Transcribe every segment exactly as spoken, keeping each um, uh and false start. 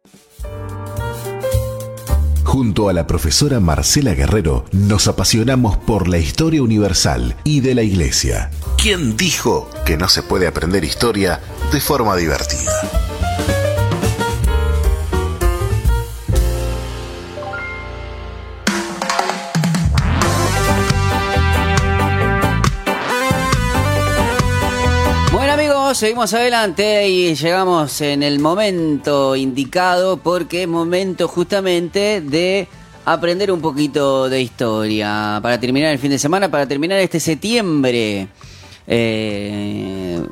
Junto a la profesora Marcela Guerrero nos apasionamos por la historia universal y de la Iglesia. ¿Quién dijo que no se puede aprender historia de forma divertida? Seguimos adelante y llegamos en el momento indicado porque es momento justamente de aprender un poquito de historia para terminar el fin de semana, para terminar este septiembre eh,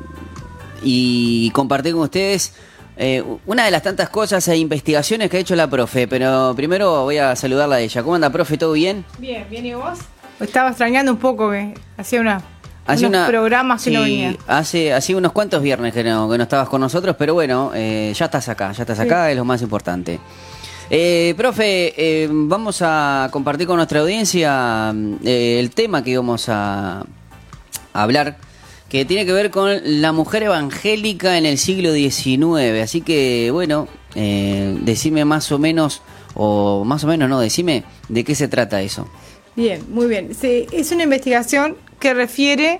y compartir con ustedes eh, una de las tantas cosas e investigaciones que ha hecho la profe. Pero primero voy a saludarla a ella. ¿Cómo anda, profe? ¿Todo bien? Bien, bien. ¿Y vos? Estaba extrañando un poco que hacía una... Hace unos una, programas que sí, no venían. Hace, hace unos cuantos viernes que no, que no estabas con nosotros, pero bueno, eh, ya estás acá, ya estás acá, sí. Es lo más importante. Eh, profe, eh, vamos a compartir con nuestra audiencia eh, el tema que íbamos a, a hablar, que tiene que ver con la mujer evangélica en el siglo diecinueve. Así que, bueno, eh, decime más o menos, o más o menos no, decime de qué se trata eso. Bien, muy bien. Sí, es una investigación que refiere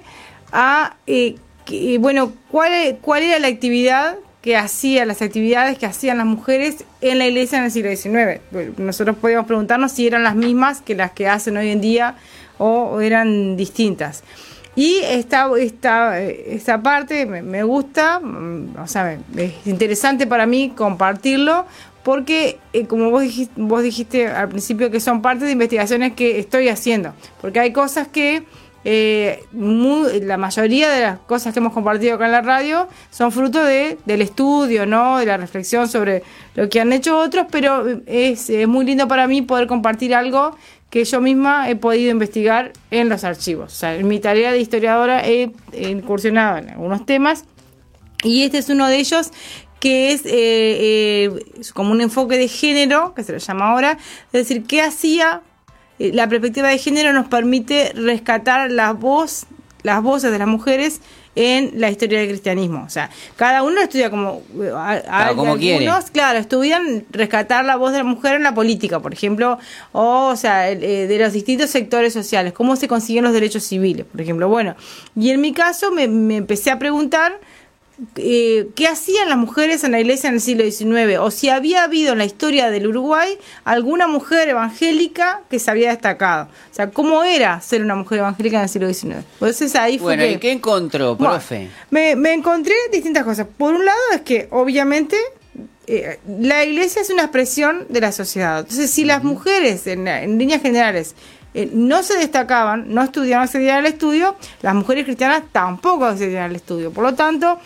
a, eh, que, bueno, cuál, cuál era la actividad que hacía, las actividades que hacían las mujeres en la iglesia en el siglo diecinueve. Nosotros podíamos preguntarnos si eran las mismas que las que hacen hoy en día o, o eran distintas. Y esta, esta, esta parte me, me gusta, o sea, es interesante para mí compartirlo, porque eh, como vos dijiste, vos dijiste al principio que son parte de investigaciones que estoy haciendo, porque hay cosas que eh, muy, la mayoría de las cosas que hemos compartido acá en la radio son fruto de, del estudio, ¿no? De la reflexión sobre lo que han hecho otros, pero es, es muy lindo para mí poder compartir algo que yo misma he podido investigar en los archivos. O sea, en mi tarea de historiadora he, he incursionado en algunos temas y este es uno de ellos, que es, eh, eh, es como un enfoque de género, que se lo llama ahora, es decir, qué hacía, eh, la perspectiva de género nos permite rescatar la voz, las voces de las mujeres en la historia del cristianismo. O sea, cada uno estudia como, a, claro, como algunos, quiere. Claro, estudian rescatar la voz de la mujer en la política, por ejemplo, o, o sea, eh, de los distintos sectores sociales, cómo se consiguen los derechos civiles, por ejemplo. Bueno, y en mi caso me, me empecé a preguntar Eh, qué hacían las mujeres en la iglesia en el siglo diecinueve, o si había habido en la historia del Uruguay alguna mujer evangélica que se había destacado. O sea, ¿cómo era ser una mujer evangélica en el siglo diecinueve? Entonces ahí fue. Bueno, que, ¿y qué encontró, profe? Bueno, me, me encontré distintas cosas. Por un lado es que, obviamente, eh, la iglesia es una expresión de la sociedad. Entonces, si uh-huh. las mujeres, en, en líneas generales, Eh, no se destacaban, no estudiaban, accedían al estudio, las mujeres cristianas tampoco accedían al estudio. Por lo tanto,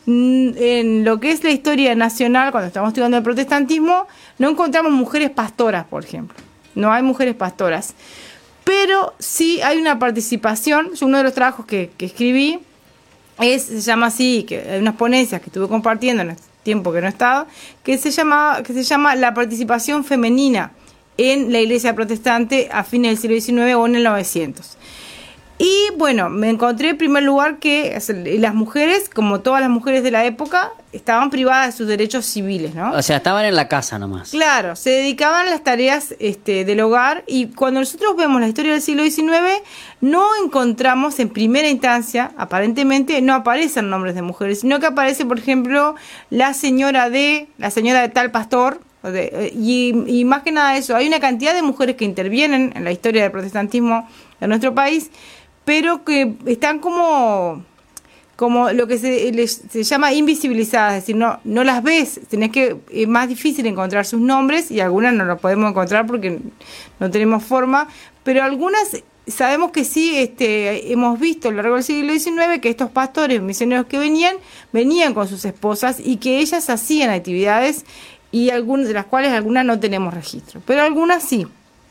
en lo que es la historia nacional, cuando estamos estudiando el protestantismo, no encontramos mujeres pastoras, por ejemplo. No hay mujeres pastoras. Pero sí hay una participación. Uno de los trabajos que, que escribí es, se llama así, que hay unas ponencias que estuve compartiendo en el tiempo que no estaba, que se llama, que se llama la participación femenina en la iglesia protestante a fines del siglo diecinueve o en el novecientos. Y bueno, me encontré en primer lugar que las mujeres, como todas las mujeres de la época, estaban privadas de sus derechos civiles, ¿no? O sea, estaban en la casa nomás. Claro, se dedicaban a las tareas este, del hogar, y cuando nosotros vemos la historia del siglo diecinueve, no encontramos en primera instancia, aparentemente, no aparecen nombres de mujeres, sino que aparece, por ejemplo, la señora de, la señora de tal pastor. De, y, y más que nada eso, hay una cantidad de mujeres que intervienen en la historia del protestantismo de nuestro país, pero que están como, como lo que se, les, se llama invisibilizadas, es decir, no, no las ves, tenés que, es más difícil encontrar sus nombres, y algunas no las podemos encontrar porque no tenemos forma, pero algunas sabemos que sí, este, hemos visto a lo largo del siglo diecinueve que estos pastores misioneros que venían, venían con sus esposas y que ellas hacían actividades, y algunas de las cuales algunas no tenemos registro, pero algunas sí.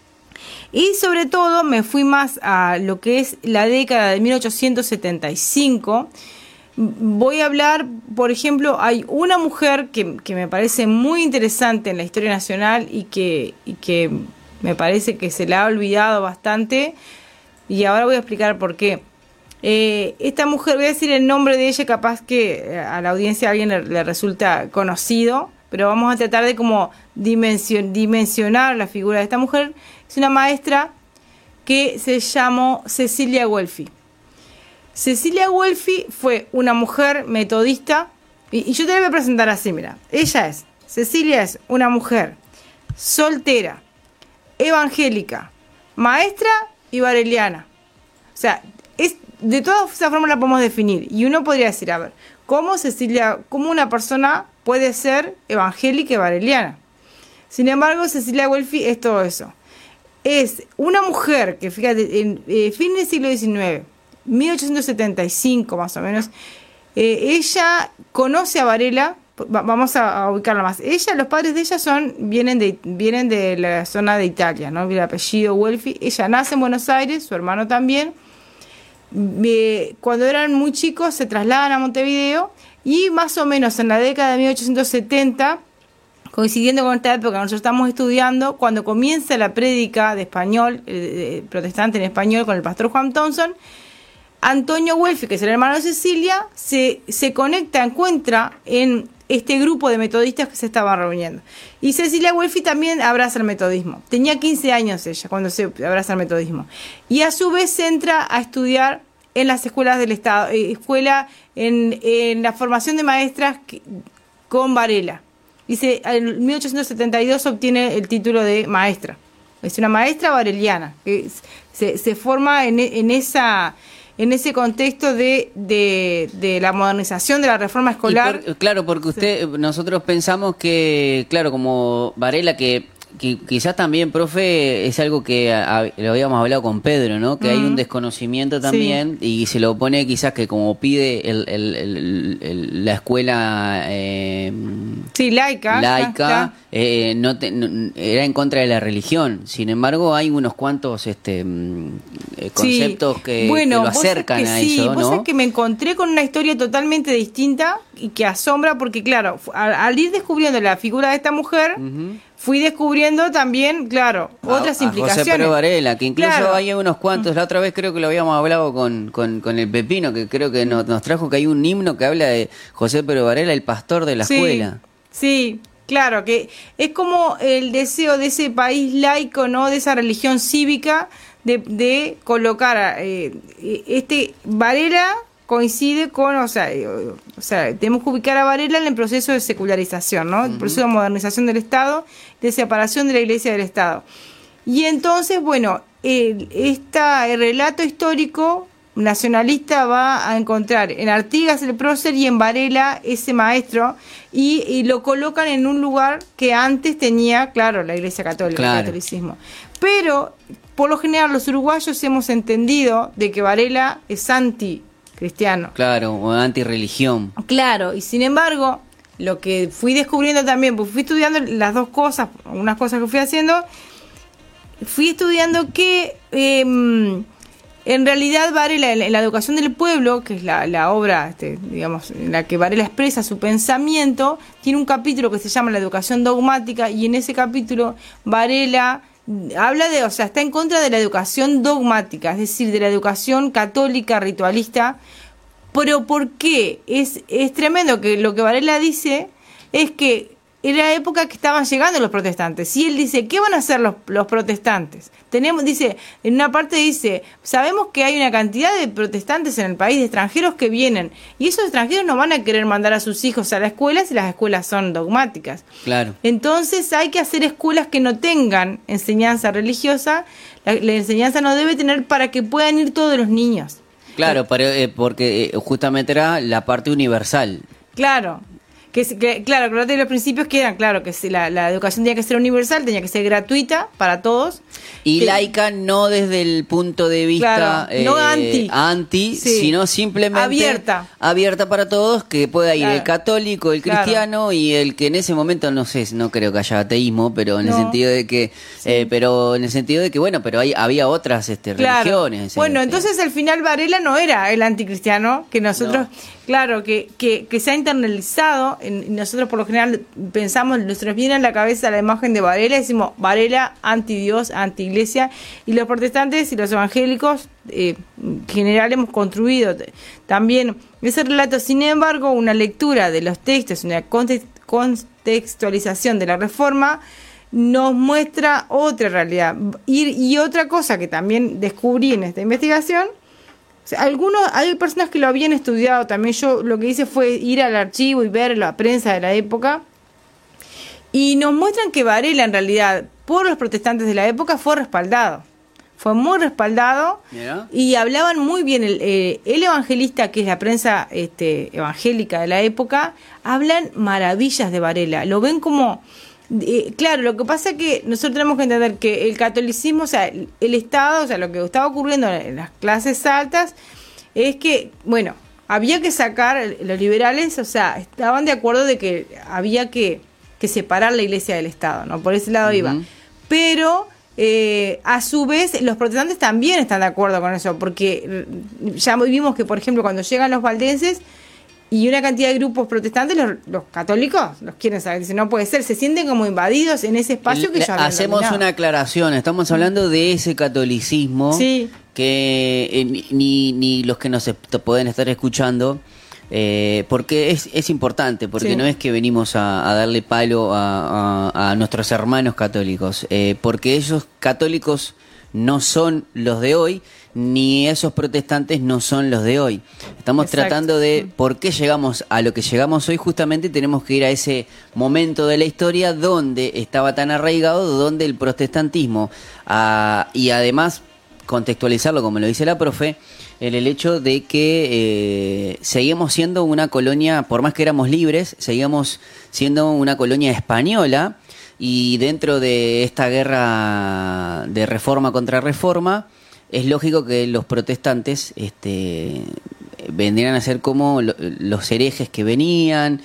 Y sobre todo me fui más a lo que es la década de mil ochocientos setenta y cinco. Voy a hablar, por ejemplo, hay una mujer que, que me parece muy interesante en la historia nacional y que, y que me parece que se la ha olvidado bastante, y ahora voy a explicar por qué. Eh, esta mujer, voy a decir el nombre de ella, capaz que a la audiencia a alguien le, le resulta conocido. pero vamos a tratar de como dimension, dimensionar la figura de esta mujer. Es una maestra que se llamó Cecilia Guelfi. Cecilia Guelfi fue una mujer metodista, y, y yo te la voy a presentar así, mira. Ella es, Cecilia es una mujer soltera, evangélica, maestra y bareliana. O sea, es, de todas esas formas la podemos definir. Y uno podría decir, a ver, ¿cómo Cecilia, cómo una persona puede ser evangélica y bareliana? Sin embargo, Cecilia Guelfi es todo eso. Es una mujer que, fíjate, en eh, fin del siglo diecinueve, mil ochocientos setenta y cinco más o menos, eh, ella conoce a Varela. Va, vamos a, a ubicarla más. Ella, los padres de ella son vienen de vienen de la zona de Italia, ¿no? El apellido Guelfi. Ella nace en Buenos Aires, su hermano también. Eh, cuando eran muy chicos se trasladan a Montevideo y más o menos en la década de mil ochocientos setenta, coincidiendo con esta época que nosotros estamos estudiando, cuando comienza la prédica de español, eh, protestante en español, con el pastor Juan Thompson, Antonio Guelfi, que es el hermano de Cecilia, se, se conecta, encuentra en este grupo de metodistas que se estaban reuniendo. Y Cecilia Guelfi también abraza el metodismo. Tenía quince años ella cuando se abraza el metodismo. Y a su vez entra a estudiar en las escuelas del Estado, eh, escuela en, en la formación de maestras que, con Varela. Dice, en mil ochocientos setenta y dos obtiene el título de maestra. Es una maestra vareliana que se, se forma en, en esa... en ese contexto de, de, de la modernización de la reforma escolar. Por, claro, porque usted, sí. Nosotros pensamos que, claro, como Varela, que, que quizás también, profe, es algo que a, lo habíamos hablado con Pedro, ¿no? Que mm. hay un desconocimiento también, sí. Y se lo pone quizás que como pide el, el, el, el, la escuela eh, sí, laica, laica eh, no, te, no era en contra de la religión. Sin embargo, hay unos cuantos este eh, conceptos sí. que, bueno, que lo acercan que a sí, eso, vos ¿no? sabés que me encontré con una historia totalmente distinta y que asombra porque, claro, al, al ir descubriendo la figura de esta mujer, uh-huh. fui descubriendo también, claro, otras a, a implicaciones. José Pedro Varela, que incluso claro. hay unos cuantos, la otra vez creo que lo habíamos hablado con, con, con el Pepino, que creo que nos, nos trajo que hay un himno que habla de José Pedro Varela, el pastor de la sí, escuela. Sí, claro, que es como el deseo de ese país laico, ¿no? De esa religión cívica, de, de colocar eh, este Varela coincide con, o sea, eh, o sea, tenemos que ubicar a Varela en el proceso de secularización, ¿no? El uh-huh. proceso de modernización del Estado, de separación de la Iglesia del Estado. Y entonces, bueno, el, esta, el relato histórico nacionalista va a encontrar en Artigas el prócer y en Varela ese maestro y, y lo colocan en un lugar que antes tenía, claro, la Iglesia Católica, claro. el catolicismo. Pero, por lo general, los uruguayos hemos entendido de que Varela es anti cristiano. Claro, o antirreligión. Claro, y sin embargo, lo que fui descubriendo también, pues fui estudiando las dos cosas, unas cosas que fui haciendo, fui estudiando que eh, en realidad Varela, en la educación del pueblo, que es la, la obra, este, digamos, en la que Varela expresa su pensamiento, tiene un capítulo que se llama La educación dogmática, y en ese capítulo Varela habla de, o sea, está en contra de la educación dogmática, es decir, de la educación católica, ritualista. Pero ¿por qué? Es, es tremendo que lo que Varela dice es que era la época que estaban llegando los protestantes. Y él dice, ¿qué van a hacer los, los protestantes? Tenemos, dice, en una parte dice, sabemos que hay una cantidad de protestantes en el país, de extranjeros que vienen, y esos extranjeros no van a querer mandar a sus hijos a la escuela si las escuelas son dogmáticas. Claro. Entonces hay que hacer escuelas que no tengan enseñanza religiosa. La, la enseñanza no debe tener para que puedan ir todos los niños. Claro, pero, eh, porque eh, justamente era la parte universal. Claro. Que, que claro, que los principios que eran, claro, que la, la educación tenía que ser universal, tenía que ser gratuita para todos. Y que, laica no desde el punto de vista claro, eh, no anti, anti sí. sino simplemente abierta. Abierta para todos, que pueda ir claro. el católico, el cristiano claro. y el que en ese momento, no sé, no creo que haya ateísmo, pero en no. el sentido de que, sí. eh, pero en el sentido de que, bueno, pero hay, había otras este, claro. religiones. Bueno, este. entonces al final Varela no era el anticristiano, que nosotros, no. claro, que, que, que se ha internalizado. En, nosotros por lo general pensamos, nos viene a la cabeza la imagen de Varela y decimos Varela anti Dios, anti iglesia, y los protestantes y los evangélicos eh, en general hemos construido también ese relato. Sin embargo, una lectura de los textos, una contextualización de la reforma nos muestra otra realidad. Y, y otra cosa que también descubrí en esta investigación, o sea, algunos, hay personas que lo habían estudiado también. Yo lo que hice fue ir al archivo y ver la prensa de la época, y nos muestran que Varela en realidad por los protestantes de la época fue respaldado. Fue muy respaldado. ¿Yeah? Y hablaban muy bien. El, eh, el evangelista, que es la prensa este, evangélica de la época, hablan maravillas de Varela. Lo ven como... Eh, claro, lo que pasa es que nosotros tenemos que entender que el catolicismo, o sea, el, el Estado, o sea, lo que estaba ocurriendo en las clases altas es que, bueno, había que sacar, los liberales, o sea, estaban de acuerdo de que había que, que separar la iglesia del Estado, ¿no? Por ese lado uh-huh. iba. Pero... Eh, a su vez, los protestantes también están de acuerdo con eso, porque ya vimos que, por ejemplo, cuando llegan los valdenses y una cantidad de grupos protestantes, los, los católicos los quieren saber, dicen, no puede ser, se sienten como invadidos en ese espacio El, que ya habían Hacemos dominado. Una aclaración, estamos hablando de ese catolicismo sí. que eh, ni, ni los que nos est- pueden estar escuchando... Eh, porque es, es importante, porque sí. no es que venimos a, a darle palo a, a, a nuestros hermanos católicos, eh, porque esos católicos no son los de hoy, ni esos protestantes no son los de hoy. Estamos Exacto. tratando de por qué llegamos a lo que llegamos hoy. Justamente tenemos que ir a ese momento de la historia donde estaba tan arraigado, donde el protestantismo, ah, y además contextualizarlo como lo dice la profe, en el hecho de que eh, seguimos siendo una colonia, por más que éramos libres, seguíamos siendo una colonia española, y dentro de esta guerra de reforma contra reforma, es lógico que los protestantes este, vendrían a ser como lo, los herejes que venían,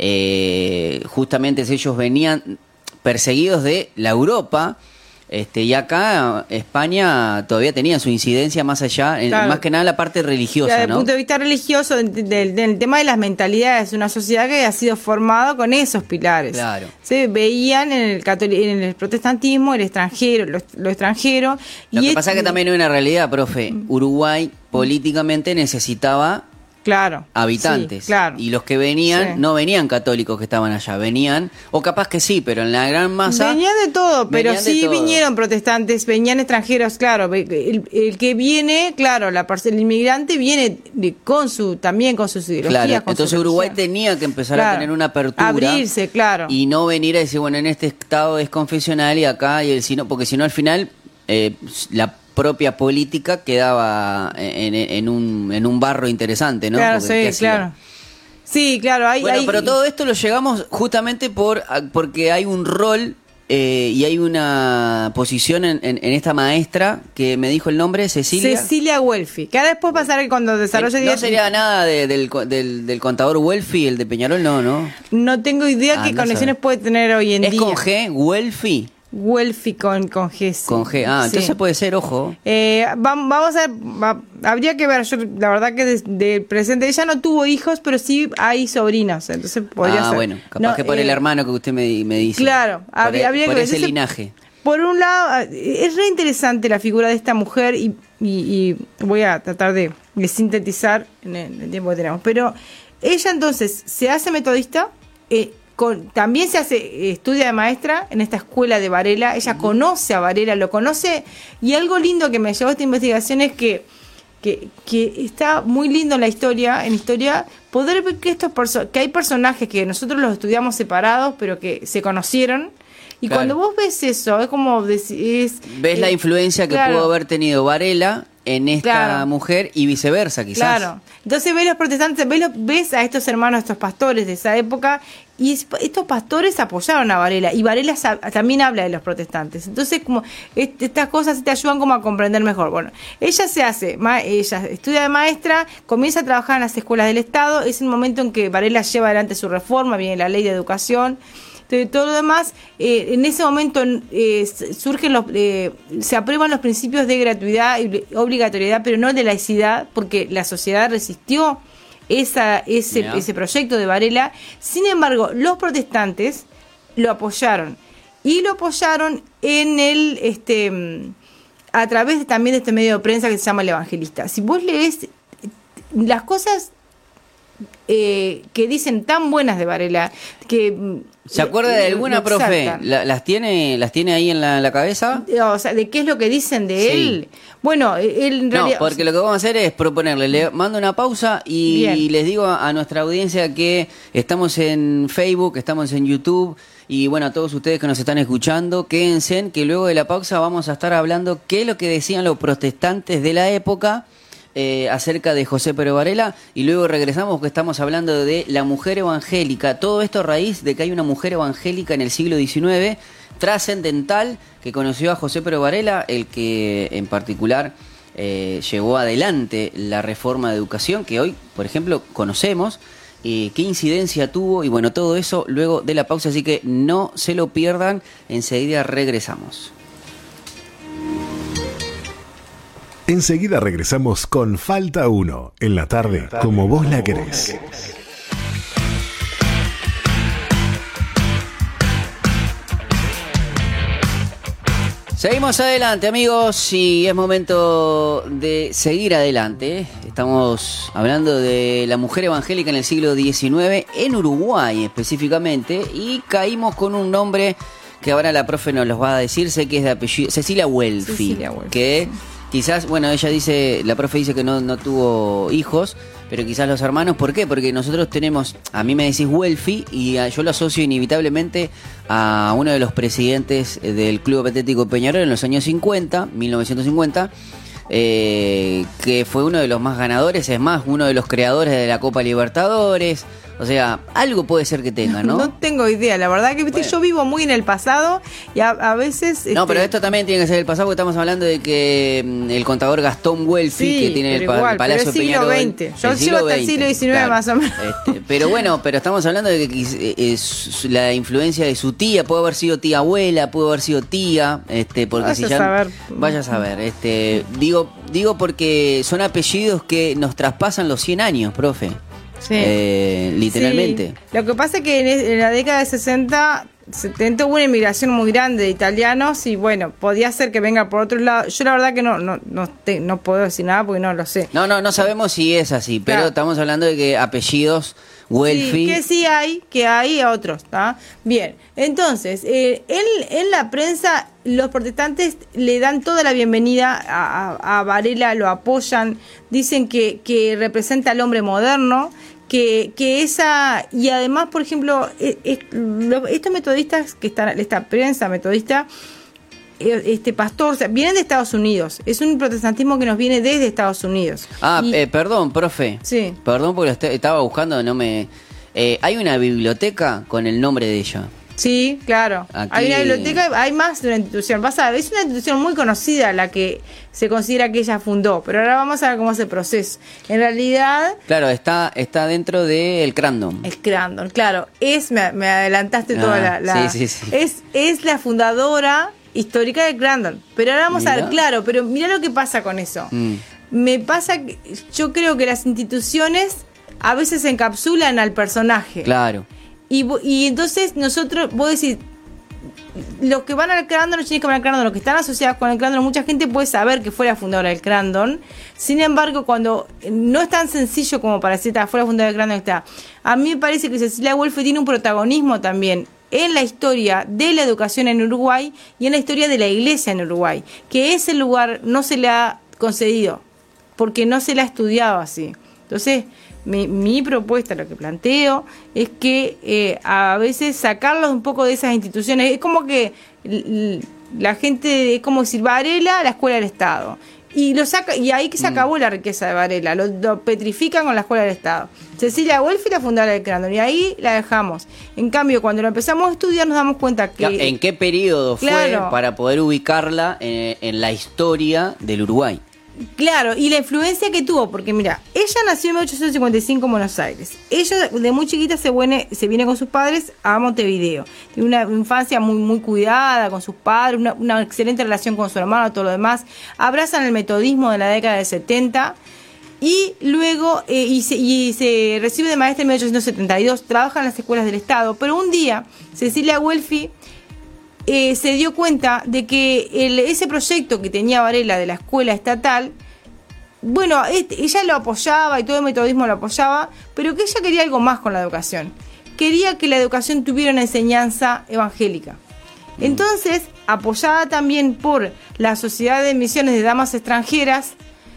eh, justamente ellos venían perseguidos de la Europa. Este, y acá España todavía tenía su incidencia más allá, en, claro. más que nada la parte religiosa, claro, desde ¿no? el punto de vista religioso, del, del, del tema de las mentalidades, una sociedad que ha sido formada con esos pilares. Claro. Se veían en el catolic- en el protestantismo, el extranjero, lo, lo extranjero. Lo y que es, pasa es que también hay una realidad, profe. Uruguay políticamente necesitaba claro, habitantes, sí, claro. y los que venían, sí. no venían católicos que estaban allá, venían, o capaz que sí, pero en la gran masa... Venían de todo, pero sí todo. Vinieron protestantes, venían extranjeros, claro, el, el que viene, claro, la el inmigrante viene de, con su, también con sus ideologías. Claro, con entonces su Uruguay tenía que empezar claro. a tener una apertura. Abrirse, claro. Y no venir a decir, bueno, en este estado es confesional y acá, y el sino, porque si no al final, eh, la propia política quedaba en, en, un, en un barro interesante, ¿no? Claro, porque, sí, claro. Sí, claro. Hay, bueno, hay... pero todo esto lo llegamos justamente por porque hay un rol eh, y hay una posición en, en, en esta maestra que me dijo el nombre, Cecilia. Cecilia Welfi. Que ahora después pasará que cuando desarrolle... Eh, no sería nada de, del, del, del contador Welfi, el de Peñarol, no, ¿no? No tengo idea ah, qué no conexiones sabe. Puede tener hoy en ¿Es día. ¿Es con G, Welfi? Welfi con, con G. Sí. Con G, ah, sí. Entonces puede ser, ojo. Eh, vamos, vamos a ver, va, habría que ver, yo la verdad que del de presente, ella no tuvo hijos, pero sí hay sobrinos, entonces podría ah, ser. Ah, bueno, capaz no, que por eh, el hermano que usted me, me dice. Claro, por habría, el, habría por que ese ver. linaje. Por un lado, es re interesante la figura de esta mujer y, y, y voy a tratar de, de sintetizar en el, en el tiempo que tenemos, pero ella entonces se hace metodista, eh, Con, también se hace, estudia de maestra en esta escuela de Varela, ella uh-huh. conoce a Varela, lo conoce, y algo lindo que me llevó a esta investigación es que, que, que está muy lindo en la historia, en historia, poder ver que estos perso- que hay personajes que nosotros los estudiamos separados, pero que se conocieron, y claro. cuando vos ves eso, es como decís... Ves eh, la influencia que claro. pudo haber tenido Varela en esta claro. mujer y viceversa, quizás. Claro. Entonces ves los protestantes, ves, los, ves a estos hermanos, estos pastores de esa época, y estos pastores apoyaron a Varela, y Varela sab- también habla de los protestantes. Entonces, como est- estas cosas te ayudan como a comprender mejor. Bueno, ella se hace, ma- ella estudia de maestra, comienza a trabajar en las escuelas del Estado, es el momento en que Varela lleva adelante su reforma, viene la ley de educación. De todo lo demás, eh, en ese momento eh, surgen los, eh, se aprueban los principios de gratuidad y obligatoriedad, pero no de laicidad, porque la sociedad resistió esa, ese, yeah. ese proyecto de Varela. Sin embargo, los protestantes lo apoyaron y lo apoyaron en el, este, a través de, también de este medio de prensa que se llama El Evangelista. Si vos lees las cosas eh, que dicen tan buenas de Varela, que... ¿Se acuerda de alguna, profe? ¿La, ¿Las tiene las tiene ahí en la, la cabeza? O sea, ¿de qué es lo que dicen de Sí. él? Bueno, él en realidad... No, porque lo que vamos a hacer es proponerle, le mando una pausa y Bien. les digo a, a nuestra audiencia que estamos en Facebook, estamos en YouTube y bueno, a todos ustedes que nos están escuchando, quédense que luego de la pausa vamos a estar hablando qué es lo que decían los protestantes de la época eh, acerca de José Pero Varela y luego regresamos porque estamos hablando de la mujer evangélica, todo esto a raíz de que hay una mujer evangélica en el siglo diecinueve trascendental que conoció a José Pero Varela, el que en particular eh, llevó adelante la reforma de educación que hoy, por ejemplo, conocemos, eh, qué incidencia tuvo y bueno, todo eso luego de la pausa, así que no se lo pierdan, enseguida regresamos. Enseguida regresamos con Falta Uno, en la tarde, como vos la querés. Seguimos adelante, amigos, y es momento de seguir adelante. Estamos hablando de la mujer evangélica en el siglo diecinueve, en Uruguay específicamente, y caímos con un nombre que ahora la profe nos los va a decir, sé que es de apellido, Cecilia Welfi, Cecilia Welfi, que quizás, bueno, ella dice, la profe dice que no, no tuvo hijos, pero quizás los hermanos, ¿por qué? Porque nosotros tenemos, a mí me decís Welfi y a, yo lo asocio inevitablemente a uno de los presidentes del Club Atlético Peñarol en los años cincuenta, mil novecientos cincuenta, eh, que fue uno de los más ganadores, es más, uno de los creadores de la Copa Libertadores. O sea, algo puede ser que tenga, ¿no? No tengo idea, la verdad que viste, Bueno. yo vivo muy en el pasado y a, a veces... No, este, pero esto también tiene que ser el pasado, porque estamos hablando de que mm, el contador Gastón Welfi, Sí, que tiene el, pero pa- igual, el Palacio pero es siglo Peñarol. veinte. Yo el llego hasta el siglo diecinueve más o menos. Este, pero bueno, pero estamos hablando de que quiz- eh, es la influencia de su tía, puede haber sido tía abuela, puede haber sido tía, este, porque Vaya si a ya saber. vaya a saber, este, digo, digo porque son apellidos que nos traspasan los cien años, profe. Sí. Eh, literalmente. Sí. Lo que pasa es que en, es- en la década de sesenta, setenta hubo una inmigración muy grande de italianos y bueno, podía ser que venga por otro lado. Yo la verdad que no no no, te- no puedo decir nada porque no lo sé. No, no, no sabemos si es así, pero Claro. estamos hablando de que apellidos Welfi. Sí, que sí hay, que hay otros, ¿está? Bien, entonces, eh, en, en la prensa los protestantes le dan toda la bienvenida a, a, a Varela, lo apoyan, dicen que, que representa al hombre moderno, que, que esa, y además, por ejemplo, eh, eh, lo- estos metodistas que están, esta prensa metodista, eh, este pastor, o sea, vienen de Estados Unidos, es un protestantismo que nos viene desde Estados Unidos. Ah, Y- eh, perdón, profe. Sí. Perdón porque lo est- estaba buscando, no me... Eh, hay una biblioteca con el nombre de ella. Sí, claro. Aquí- Hay una biblioteca, hay más de una institución. Vas a ver, es una institución muy conocida la que se considera que ella fundó, pero ahora vamos a ver cómo es el proceso. En realidad, Claro, está está dentro del Crandon. es Crandon, claro, es, me, me adelantaste Ah, toda la... la- sí, sí, sí. Es, es la fundadora histórica de Crandon. Pero ahora vamos a Mira. ver, claro, pero mira lo que pasa con eso. Mm. Me pasa que yo creo que las instituciones a veces encapsulan al personaje. Claro. Y, vo- y entonces nosotros, vos decís, los que van al Crandon, los chinos que van al Crandon, los que están asociados con el Crandon, mucha gente puede saber que fue la fundadora del Crandon. Sin embargo, cuando no es tan sencillo como para decir, "Ah, fue la fundadora del Crandon", está. A mí me parece que Cecilia Welfi tiene un protagonismo también en la historia de la educación en Uruguay y en la historia de la iglesia en Uruguay, que ese lugar no se le ha concedido, porque no se le ha estudiado así. Entonces, mi, mi propuesta, lo que planteo, es que eh, a veces sacarlos un poco de esas instituciones. Es como que l- l- la gente, es como decir, Varela, la escuela del Estado. Y lo saca y ahí que se acabó la riqueza de Varela, lo, lo petrifican con la escuela del Estado. Cecilia Welfi, la fundadora del Crandon, y ahí la dejamos. En cambio, cuando lo empezamos a estudiar nos damos cuenta que... ¿En qué periodo Claro. fue para poder ubicarla en, en la historia del Uruguay? Claro, y la influencia que tuvo, porque mira, ella nació en mil ochocientos cincuenta y cinco en Buenos Aires. Ella de muy chiquita se viene, se viene con sus padres a Montevideo. Tiene una infancia muy muy cuidada con sus padres, una, una excelente relación con su hermano, todo lo demás. Abrazan el metodismo de la década de setenta y luego eh, y, se, y se recibe de maestra en mil ochocientos setenta y dos, trabaja en las escuelas del Estado, pero un día Cecilia Welfi Eh, se dio cuenta de que el, ese proyecto que tenía Varela de la escuela estatal bueno, ella lo apoyaba y todo el metodismo lo apoyaba, pero que ella quería algo más con la educación. Quería que la educación tuviera una enseñanza evangélica. Entonces, apoyada también por la Sociedad de Misiones de Damas Extranjeras,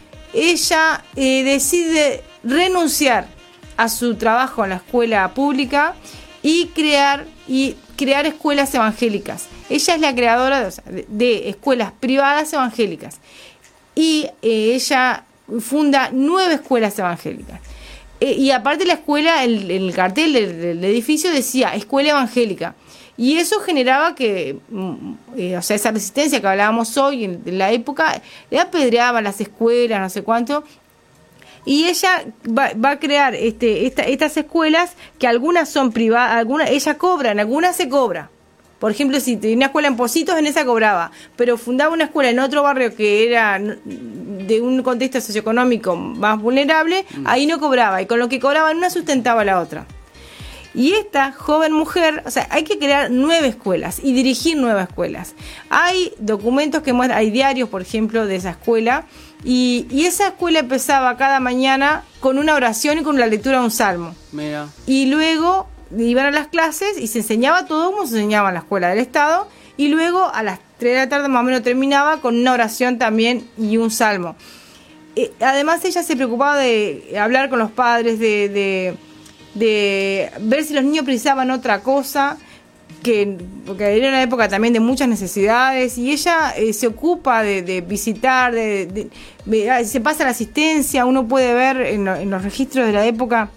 ella eh, decide renunciar a su trabajo en la escuela pública y crear, y crear escuelas evangélicas. Ella es la creadora de, o sea, de, de escuelas privadas evangélicas. Y eh, ella funda nueve escuelas evangélicas. Eh, y aparte la escuela, el, el cartel del, del edificio decía escuela evangélica. Y eso generaba que, eh, o sea, esa resistencia que hablábamos hoy en, en la época, le apedreaban las escuelas, no sé cuánto. Y ella va, va a crear este, esta, estas escuelas que algunas son privadas, algunas ella cobra, en algunas se cobra. Por ejemplo, si tenía una escuela en Positos, en esa cobraba, pero fundaba una escuela en otro barrio que era de un contexto socioeconómico más vulnerable, mm. ahí no cobraba, y con lo que cobraba en una sustentaba la otra. Y esta joven mujer, o sea, hay que crear nueve escuelas y dirigir nueve escuelas. Hay documentos que muestran, hay diarios, por ejemplo, de esa escuela, y, y esa escuela empezaba cada mañana con una oración y con la lectura de un salmo. Mira. Y luego iban a las clases y se enseñaba todo como se enseñaba en la escuela del Estado, y luego a las tres de la tarde más o menos terminaba con una oración también y un salmo. Eh, además ella se preocupaba de hablar con los padres, de, de, de ver si los niños precisaban otra cosa, que porque era una época también de muchas necesidades, y ella eh, se ocupa de, de visitar, de, de, de, se pasa la asistencia, uno puede ver en, lo, en los registros de la época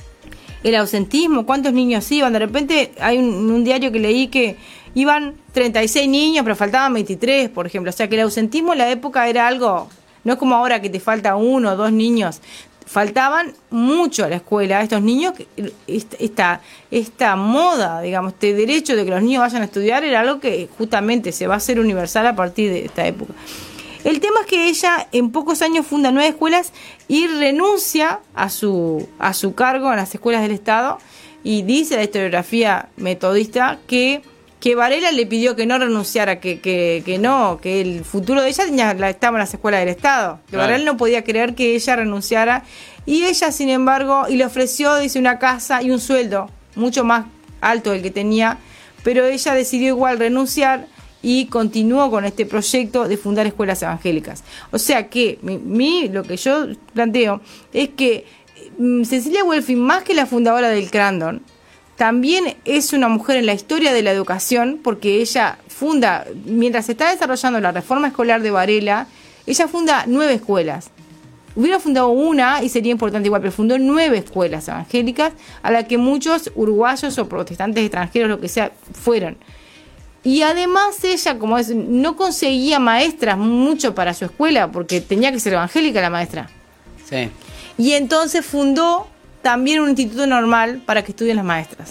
el ausentismo, cuántos niños iban. De repente hay un, un diario que leí que iban treinta y seis niños, pero faltaban veintitrés, por ejemplo. O sea que el ausentismo en la época era algo, no es como ahora que te falta uno o dos niños. Faltaban mucho a la escuela estos niños. Esta, esta moda, digamos, este derecho de que los niños vayan a estudiar era algo que justamente se va a hacer universal a partir de esta época. El tema es que ella en pocos años funda nueve escuelas y renuncia a su, a su cargo en las escuelas del Estado, y dice la historiografía metodista que, que Varela le pidió que no renunciara, que, que, que no, que el futuro de ella tenía, estaba en las escuelas del Estado. Que claro. Varela no podía creer que ella renunciara, y ella, sin embargo, y le ofreció, dice, una casa y un sueldo mucho más alto del que tenía, pero ella decidió igual renunciar y continuó con este proyecto de fundar escuelas evangélicas. O sea que mi, mi, lo que yo planteo es que mm, Cecilia Welfing, más que la fundadora del Crandon, también es una mujer en la historia de la educación, porque ella funda, mientras se está desarrollando la reforma escolar de Varela, ella funda nueve escuelas. Hubiera fundado una y sería importante igual, pero fundó nueve escuelas evangélicas a las que muchos uruguayos o protestantes extranjeros, lo que sea, fueron. Y además ella, como es, no conseguía maestras mucho para su escuela, porque tenía que ser evangélica la maestra. Sí. Y entonces fundó también un instituto normal para que estudien las maestras.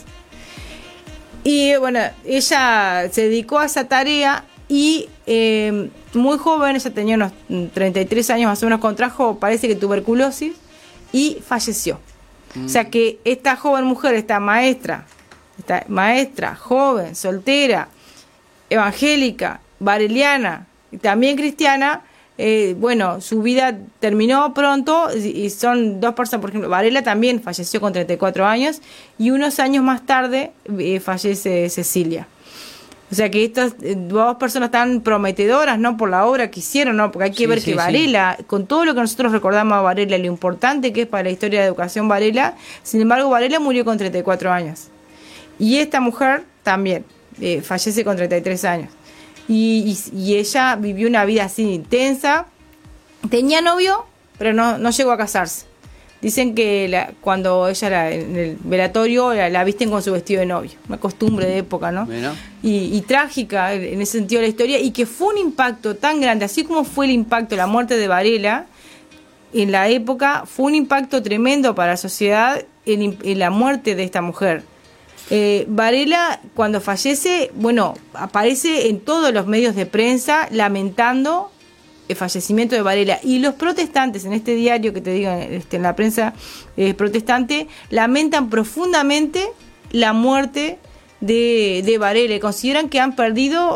Y bueno, ella se dedicó a esa tarea y eh, muy joven, ella tenía unos treinta y tres años más o menos, contrajo, parece que tuberculosis, y falleció. Mm. O sea que esta joven mujer, esta maestra, esta maestra, joven, soltera, evangélica, vareliana y también cristiana, eh, bueno, su vida terminó pronto, y son dos personas. Por ejemplo, Varela también falleció con treinta y cuatro años, y unos años más tarde eh, fallece Cecilia. O sea que estas eh, dos personas tan prometedoras, ¿no?, por la obra que hicieron, ¿no? Porque hay que sí, ver sí, que Varela, sí. con todo lo que nosotros recordamos a Varela, lo importante que es para la historia de educación Varela, sin embargo Varela murió con treinta y cuatro años, y esta mujer también Eh, fallece con treinta y tres años, y, y, y ella vivió una vida así intensa. Tenía novio, pero no, no llegó a casarse. Dicen que la, cuando ella la, en el velatorio la, la visten con su vestido de novio, una costumbre de época, ¿no? Bueno. Y, y trágica en ese sentido la historia, y que fue un impacto tan grande, así como fue el impacto de la muerte de Varela en la época, fue un impacto tremendo para la sociedad en, en la muerte de esta mujer. Eh, Varela, cuando fallece, bueno, aparece en todos los medios de prensa lamentando el fallecimiento de Varela, y los protestantes, en este diario que te digo, este, en la prensa eh, protestante, lamentan profundamente la muerte de, de Varela, y consideran que han perdido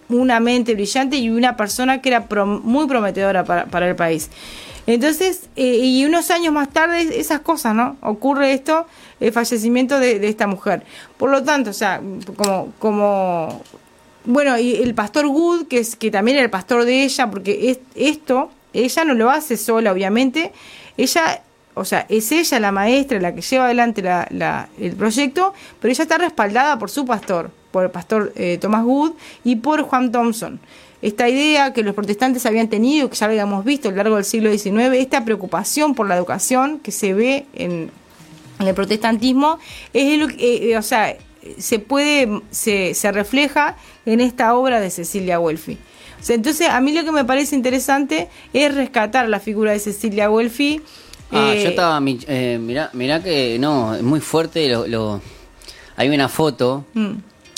una mente brillante y una persona que era pro, muy prometedora para, para el país. Entonces, eh, y unos años más tarde, esas cosas, ¿no? Ocurre esto, el fallecimiento de, de esta mujer. Por lo tanto, o sea, como, como, bueno, y el pastor Wood, que es que también era el pastor de ella, porque es, esto, ella no lo hace sola, obviamente, ella, o sea, es ella la maestra, la que lleva adelante la, la, el proyecto, pero ella está respaldada por su pastor, por el pastor eh, Thomas Wood y por Juan Thompson. Esta idea que los protestantes habían tenido, que ya lo habíamos visto a lo largo del siglo diecinueve, esta preocupación por la educación que se ve en, en el protestantismo, es el, eh, o sea, se puede, se, se refleja en esta obra de Cecilia Welfy. O sea, entonces, a mí lo que me parece interesante es rescatar la figura de Cecilia Welfy. Ah, eh, yo estaba, eh, mirá, mirá que no, es muy fuerte, lo, lo, hay una foto... Mm.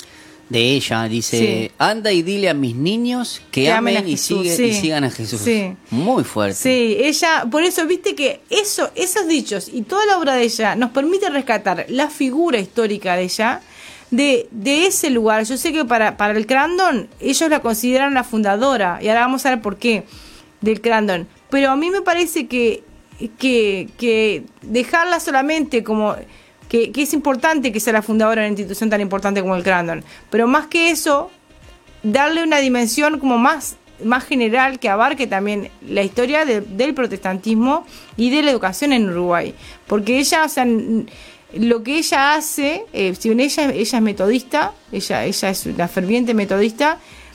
de ella, dice, sí. anda y dile a mis niños que, que amen, amen y, sigue, sí. y sigan a Jesús. Sí. Muy fuerte. Sí, ella, por eso, viste que eso, esos dichos y toda la obra de ella nos permite rescatar la figura histórica de ella, de, de ese lugar. Yo sé que para, para el Crandon, ellos la consideran la fundadora, y ahora vamos a ver por qué, del Crandon. Pero a mí me parece que, que, que dejarla solamente como... Que, que es importante que sea la fundadora de una institución tan importante como el Crandon, pero más que eso, darle una dimensión como más, más general que abarque también la historia de, del protestantismo y de la educación en Uruguay, porque ella, o sea, lo que ella hace, eh, si ella, ella es metodista, ella, ella es una ferviente metodista,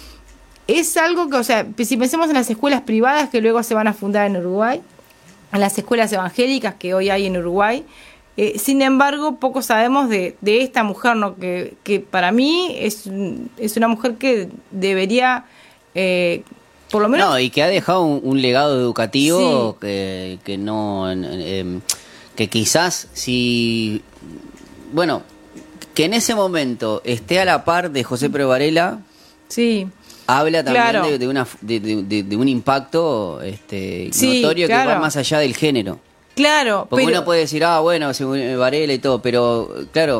es algo que, o sea, si pensemos en las escuelas privadas que luego se van a fundar en Uruguay, en las escuelas evangélicas que hoy hay en Uruguay, Eh, sin embargo, poco sabemos de, de esta mujer, ¿no? que, que para mí es, es una mujer que debería, eh, por lo menos... No, y que ha dejado un, un legado educativo sí. que, que no... Eh, que quizás si... Bueno, que en ese momento esté a la par de José Pérez Varela... Sí. Habla también claro. de, de, una, de, de, de un impacto este, sí, notorio claro. que va más allá del género. Claro, porque pero... uno puede decir, ah, bueno, Varela y todo, pero claro,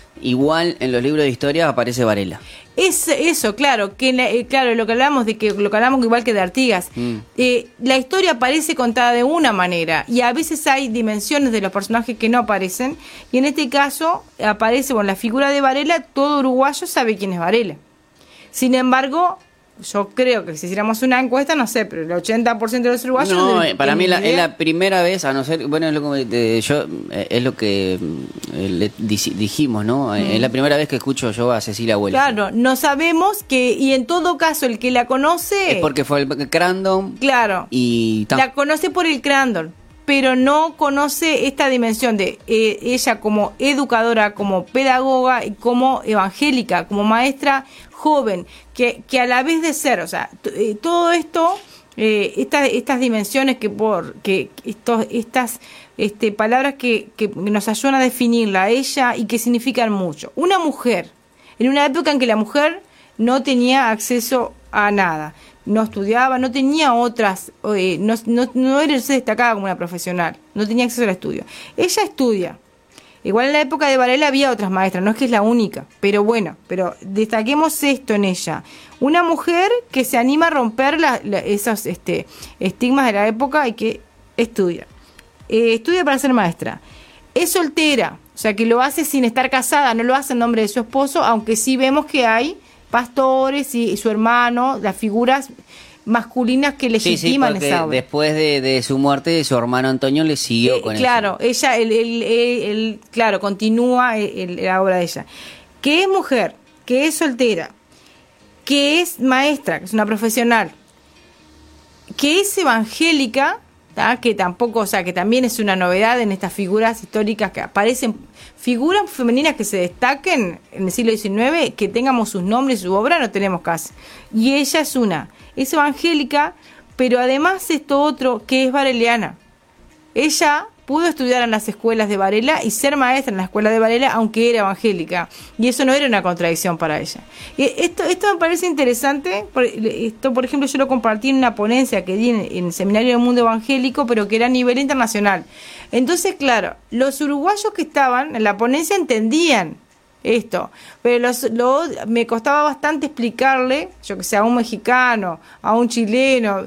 igual en los libros de historia aparece Varela. Es eso, claro, que eh, claro, lo que hablamos de que lo que hablamos igual que de Artigas, mm. eh, la historia aparece contada de una manera y a veces hay dimensiones de los personajes que no aparecen y en este caso aparece con bueno, la figura de Varela, todo uruguayo sabe quién es Varela. Sin embargo, yo creo que si hiciéramos una encuesta, no sé, pero el ochenta por ciento de los uruguayos... No, de, para de mí la, idea. es la primera vez, a no ser... Bueno, es lo que, de, yo, es lo que eh, le dijimos, ¿no? Mm. Es la primera vez que escucho yo a Cecilia Welfy. Claro, no sabemos que... Y en todo caso, el que la conoce... Es porque fue el Crandon. Claro. Y la conoce por el Crandon, pero no conoce esta dimensión de eh, ella como educadora, como pedagoga y como evangélica, como maestra joven, que, que a la vez de ser, o sea, t- eh, todo esto, eh, esta, estas dimensiones que por, que estos, estas este, palabras que, que nos ayudan a definirla a ella y que significan mucho. Una mujer, en una época en que la mujer no tenía acceso a nada, no estudiaba, no tenía otras, eh, no, no, no era destacada como una profesional, no tenía acceso al estudio. Ella estudia. Igual en la época de Varela había otras maestras, no es que es la única, pero bueno, pero destaquemos esto en ella. Una mujer que se anima a romper la, la, esos este, estigmas de la época y que estudia. Eh, estudia para ser maestra. Es soltera, o sea que lo hace sin estar casada, no lo hace en nombre de su esposo, aunque sí vemos que hay pastores y, y su hermano, las figuras masculinas que legitiman sí, sí, esa obra. Después de, de su muerte, su hermano Antonio le siguió eh, con claro, eso. Claro, ella, el, el, el, el, claro, continúa el, el, la obra de ella. Que es mujer, que es soltera, que es maestra, que es una profesional, que es evangélica, ¿tá? Que tampoco, o sea, que también es una novedad en estas figuras históricas que aparecen, figuras femeninas que se destaquen en el siglo diecinueve, que tengamos sus nombres y su obra, no tenemos casi. Y ella es una, es evangélica, pero además esto otro, que es vareliana. Ella pudo estudiar en las escuelas de Varela y ser maestra en la escuela de Varela, aunque era evangélica, y eso no era una contradicción para ella. Esto, esto me parece interesante. Esto, por ejemplo, yo lo compartí en una ponencia que di en, en el Seminario del Mundo Evangélico, pero que era a nivel internacional. Entonces, claro, los uruguayos que estaban en la ponencia entendían esto. Pero los, lo, me costaba bastante explicarle, yo que sé, a un mexicano, a un chileno,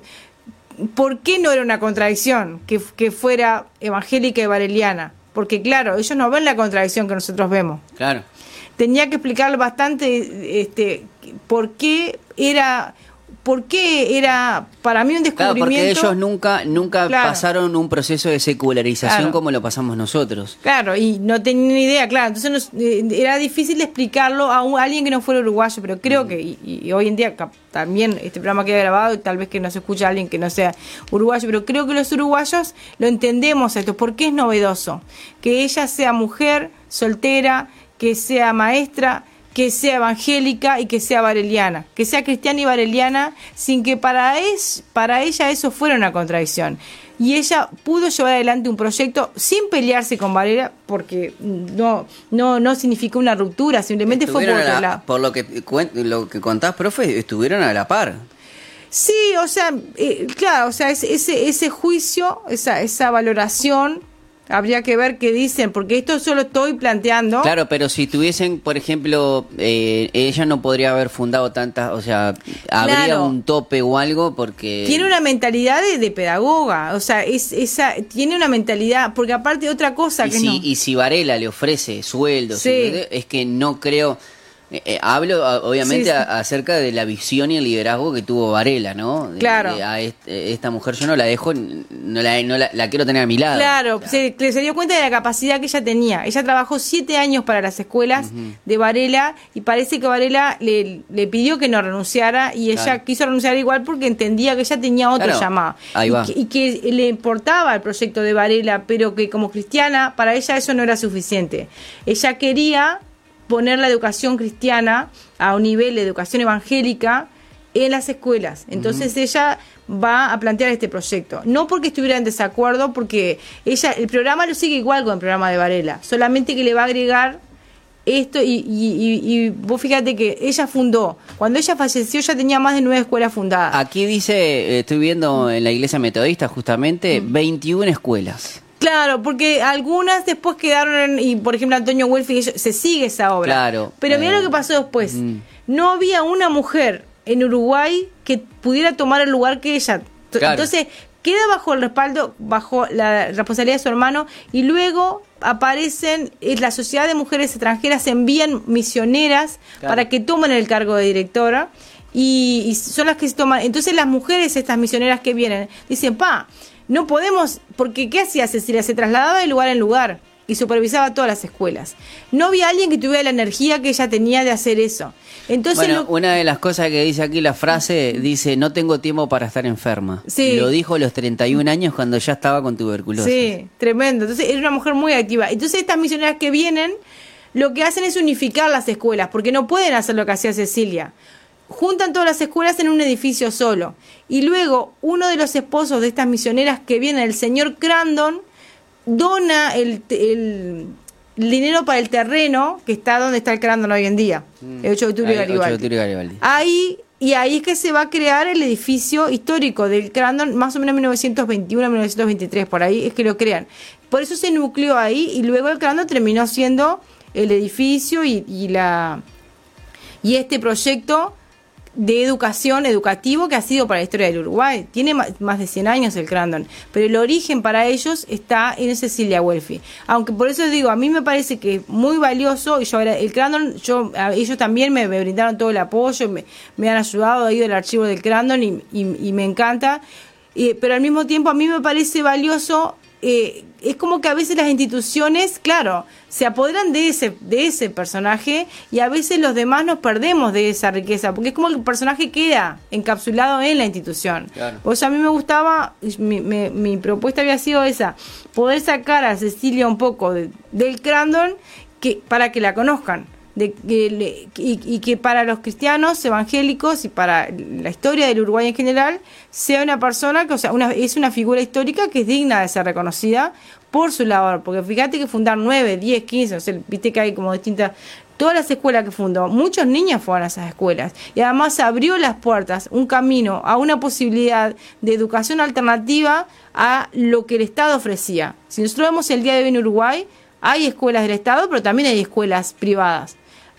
por qué no era una contradicción que, que fuera evangélica y bareliana. Porque claro, ellos no ven la contradicción que nosotros vemos. Claro. Tenía que explicarle bastante este, por qué era... ¿Por qué era para mí un descubrimiento? Claro, porque ellos nunca nunca claro. pasaron un proceso de secularización claro. como lo pasamos nosotros. Claro, y no tenían ni idea, claro. Entonces nos, eh, era difícil explicarlo a, un, a alguien que no fuera uruguayo, pero creo mm. que, y, y hoy en día también este programa queda grabado, y tal vez que no se escucha a alguien que no sea uruguayo, pero creo que los uruguayos lo entendemos esto. ¿Por qué es novedoso? Que ella sea mujer, soltera, que sea maestra, que sea evangélica y que sea bareliana, que sea cristiana y bareliana, sin que para, es, para ella eso fuera una contradicción. Y ella pudo llevar adelante un proyecto sin pelearse con Varela, porque no no no significó una ruptura, simplemente estuvieron fue por otro lado. Por lo que, lo que contás, profe, estuvieron a la par. Sí, o sea, eh, claro, o sea, ese, ese, ese juicio, esa, esa valoración... Habría que ver qué dicen, porque esto solo estoy planteando. Claro, pero si tuviesen, por ejemplo, eh, ella no podría haber fundado tantas, o sea, habría claro. un tope o algo, porque... Tiene una mentalidad de, de pedagoga, o sea, es esa tiene una mentalidad, porque aparte otra cosa y que si, no... Y si Varela le ofrece sueldos, sí. es que no creo... Eh, eh, hablo obviamente sí, sí. A, acerca de la visión y el liderazgo que tuvo Varela, ¿no? De, claro. De, a este, esta mujer yo no la dejo, no la, no la, la quiero tener a mi lado. Claro, claro. Se, se dio cuenta de la capacidad que ella tenía. Ella trabajó siete años para las escuelas uh-huh. de Varela y parece que Varela le, le pidió que no renunciara y ella claro. quiso renunciar igual porque entendía que ella tenía otro claro. llamado. Ahí va. Y, que, y que le importaba el proyecto de Varela, pero que como cristiana, para ella eso no era suficiente. Ella quería poner la educación cristiana a un nivel de educación evangélica en las escuelas. Entonces uh-huh. ella va a plantear este proyecto. No porque estuviera en desacuerdo, porque ella el programa lo sigue igual con el programa de Varela, solamente que le va a agregar esto y, y, y, y vos fíjate que ella fundó, cuando ella falleció ya tenía más de nueve escuelas fundadas. Aquí dice, estoy viendo en la iglesia metodista justamente, uh-huh. veintiuna escuelas. Claro, porque algunas después quedaron, en, y por ejemplo Antonio Welfi, se sigue esa obra. Claro. Pero mira eh, lo que pasó después. Mm. No había una mujer en Uruguay que pudiera tomar el lugar que ella. Claro. Entonces queda bajo el respaldo, bajo la responsabilidad de su hermano, y luego aparecen, eh, la Sociedad de Mujeres Extranjeras envían misioneras claro. para que tomen el cargo de directora, y, y son las que se toman. Entonces las mujeres, estas misioneras que vienen, dicen, pa, no podemos, porque ¿qué hacía Cecilia? Se trasladaba de lugar en lugar y supervisaba todas las escuelas. No había alguien que tuviera la energía que ella tenía de hacer eso. Entonces, bueno, lo... una de las cosas que dice aquí la frase, dice, no tengo tiempo para estar enferma. Sí. Lo dijo a los treinta y un años cuando ya estaba con tuberculosis. Sí, tremendo. Entonces era una mujer muy activa. Entonces estas misioneras que vienen, lo que hacen es unificar las escuelas, porque no pueden hacer lo que hacía Cecilia. Juntan todas las escuelas en un edificio solo. Y luego, uno de los esposos de estas misioneras que viene, el señor Crandon, dona el, el, el dinero para el terreno que está donde está el Crandon hoy en día, mm. el ocho de octubre Garibaldi. Garibaldi. Ahí, y ahí es que se va a crear el edificio histórico del Crandon, más o menos en mil novecientos veintiuno a mil novecientos veintitrés, por ahí es que lo crean. Por eso se nucleó ahí, y luego el Crandon terminó siendo el edificio y, y, la, y este proyecto de educación, educativo, que ha sido para la historia del Uruguay. Tiene más de cien años el Crandon, pero el origen para ellos está en Cecilia Welfi. Aunque por eso digo, a mí me parece que es muy valioso, y yo el Crandon, yo, ellos también me, me brindaron todo el apoyo, me, me han ayudado, he ido al archivo del Crandon y, y, y me encanta, eh, pero al mismo tiempo a mí me parece valioso. Eh, es como que a veces las instituciones, claro, se apoderan de ese de ese personaje, y a veces los demás nos perdemos de esa riqueza, porque es como que el personaje queda encapsulado en la institución. Claro. Por eso a mí me gustaba, mi, mi, mi propuesta había sido esa, poder sacar a Cecilia un poco de, del Crandon, que, para que la conozcan. De, que, y, y que para los cristianos evangélicos y para la historia del Uruguay en general sea una persona que, o sea, una, es una figura histórica que es digna de ser reconocida por su labor, porque fíjate que fundar nueve, diez, quince, o sea, viste que hay como distintas, todas las escuelas que fundó, muchos niños fueron a esas escuelas, y además abrió las puertas, un camino a una posibilidad de educación alternativa a lo que el Estado ofrecía. Si nosotros vemos el día de hoy en Uruguay, hay escuelas del Estado, pero también hay escuelas privadas.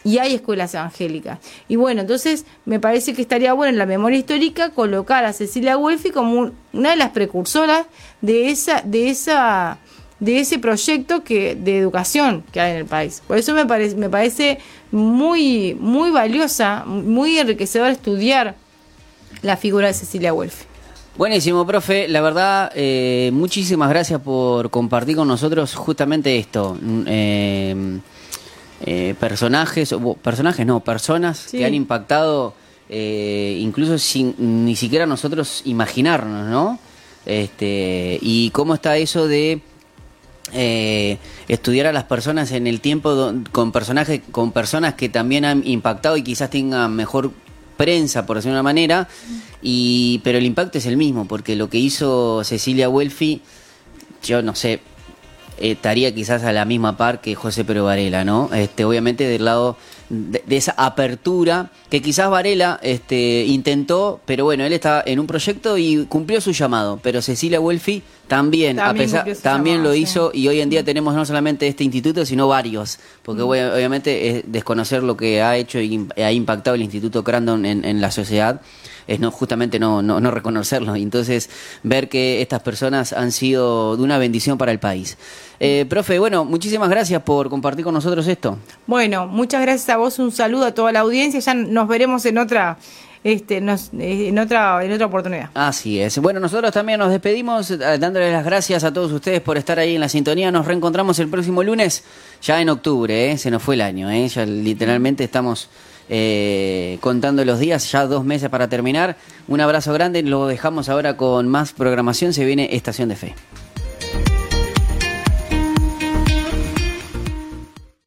y hay escuelas evangélicas. Y bueno, entonces me parece que estaría bueno en la memoria histórica colocar a Cecilia Welfi como un, una de las precursoras de esa, de esa, de ese proyecto que, de educación que hay en el país. Por eso me parece, me parece muy, muy valiosa, muy enriquecedor estudiar la figura de Cecilia Welfi. Buenísimo, profe. La verdad, eh, muchísimas gracias por compartir con nosotros justamente esto. Eh, eh, personajes, o personajes no, personas sí. que han impactado eh, incluso sin ni siquiera nosotros imaginarnos, ¿no? Este, y cómo está eso de eh, estudiar a las personas en el tiempo do, con personajes, con personas que también han impactado y quizás tengan mejor prensa, por decirlo de una manera, y pero el impacto es el mismo, porque lo que hizo Cecilia Welfi, yo no sé, eh, estaría quizás a la misma par que José Pedro Varela, ¿no? Este, obviamente del lado de, de esa apertura que quizás Varela este, intentó, pero bueno, él está en un proyecto y cumplió su llamado, pero Cecilia Welfi también, también, a pesar, también llamado, lo hizo sí. Y hoy en día tenemos no solamente este instituto, sino varios, porque mm. obviamente es desconocer lo que ha hecho y ha impactado el Instituto Crandon en, en la sociedad, es no justamente no, no, no reconocerlo, y entonces ver que estas personas han sido de una bendición para el país. Eh, profe, bueno, muchísimas gracias por compartir con nosotros esto. Bueno, muchas gracias a vos, un saludo a toda la audiencia, ya nos veremos en otra... Este, nos, en otra en otra oportunidad. Así es. Bueno, nosotros también nos despedimos dándoles las gracias a todos ustedes por estar ahí en la sintonía. Nos reencontramos el próximo lunes, ya en octubre, ¿eh? Se nos fue el año, ¿eh? Ya literalmente estamos eh, contando los días, ya dos meses para terminar. Un abrazo grande, lo dejamos ahora con más programación, se viene Estación de Fe.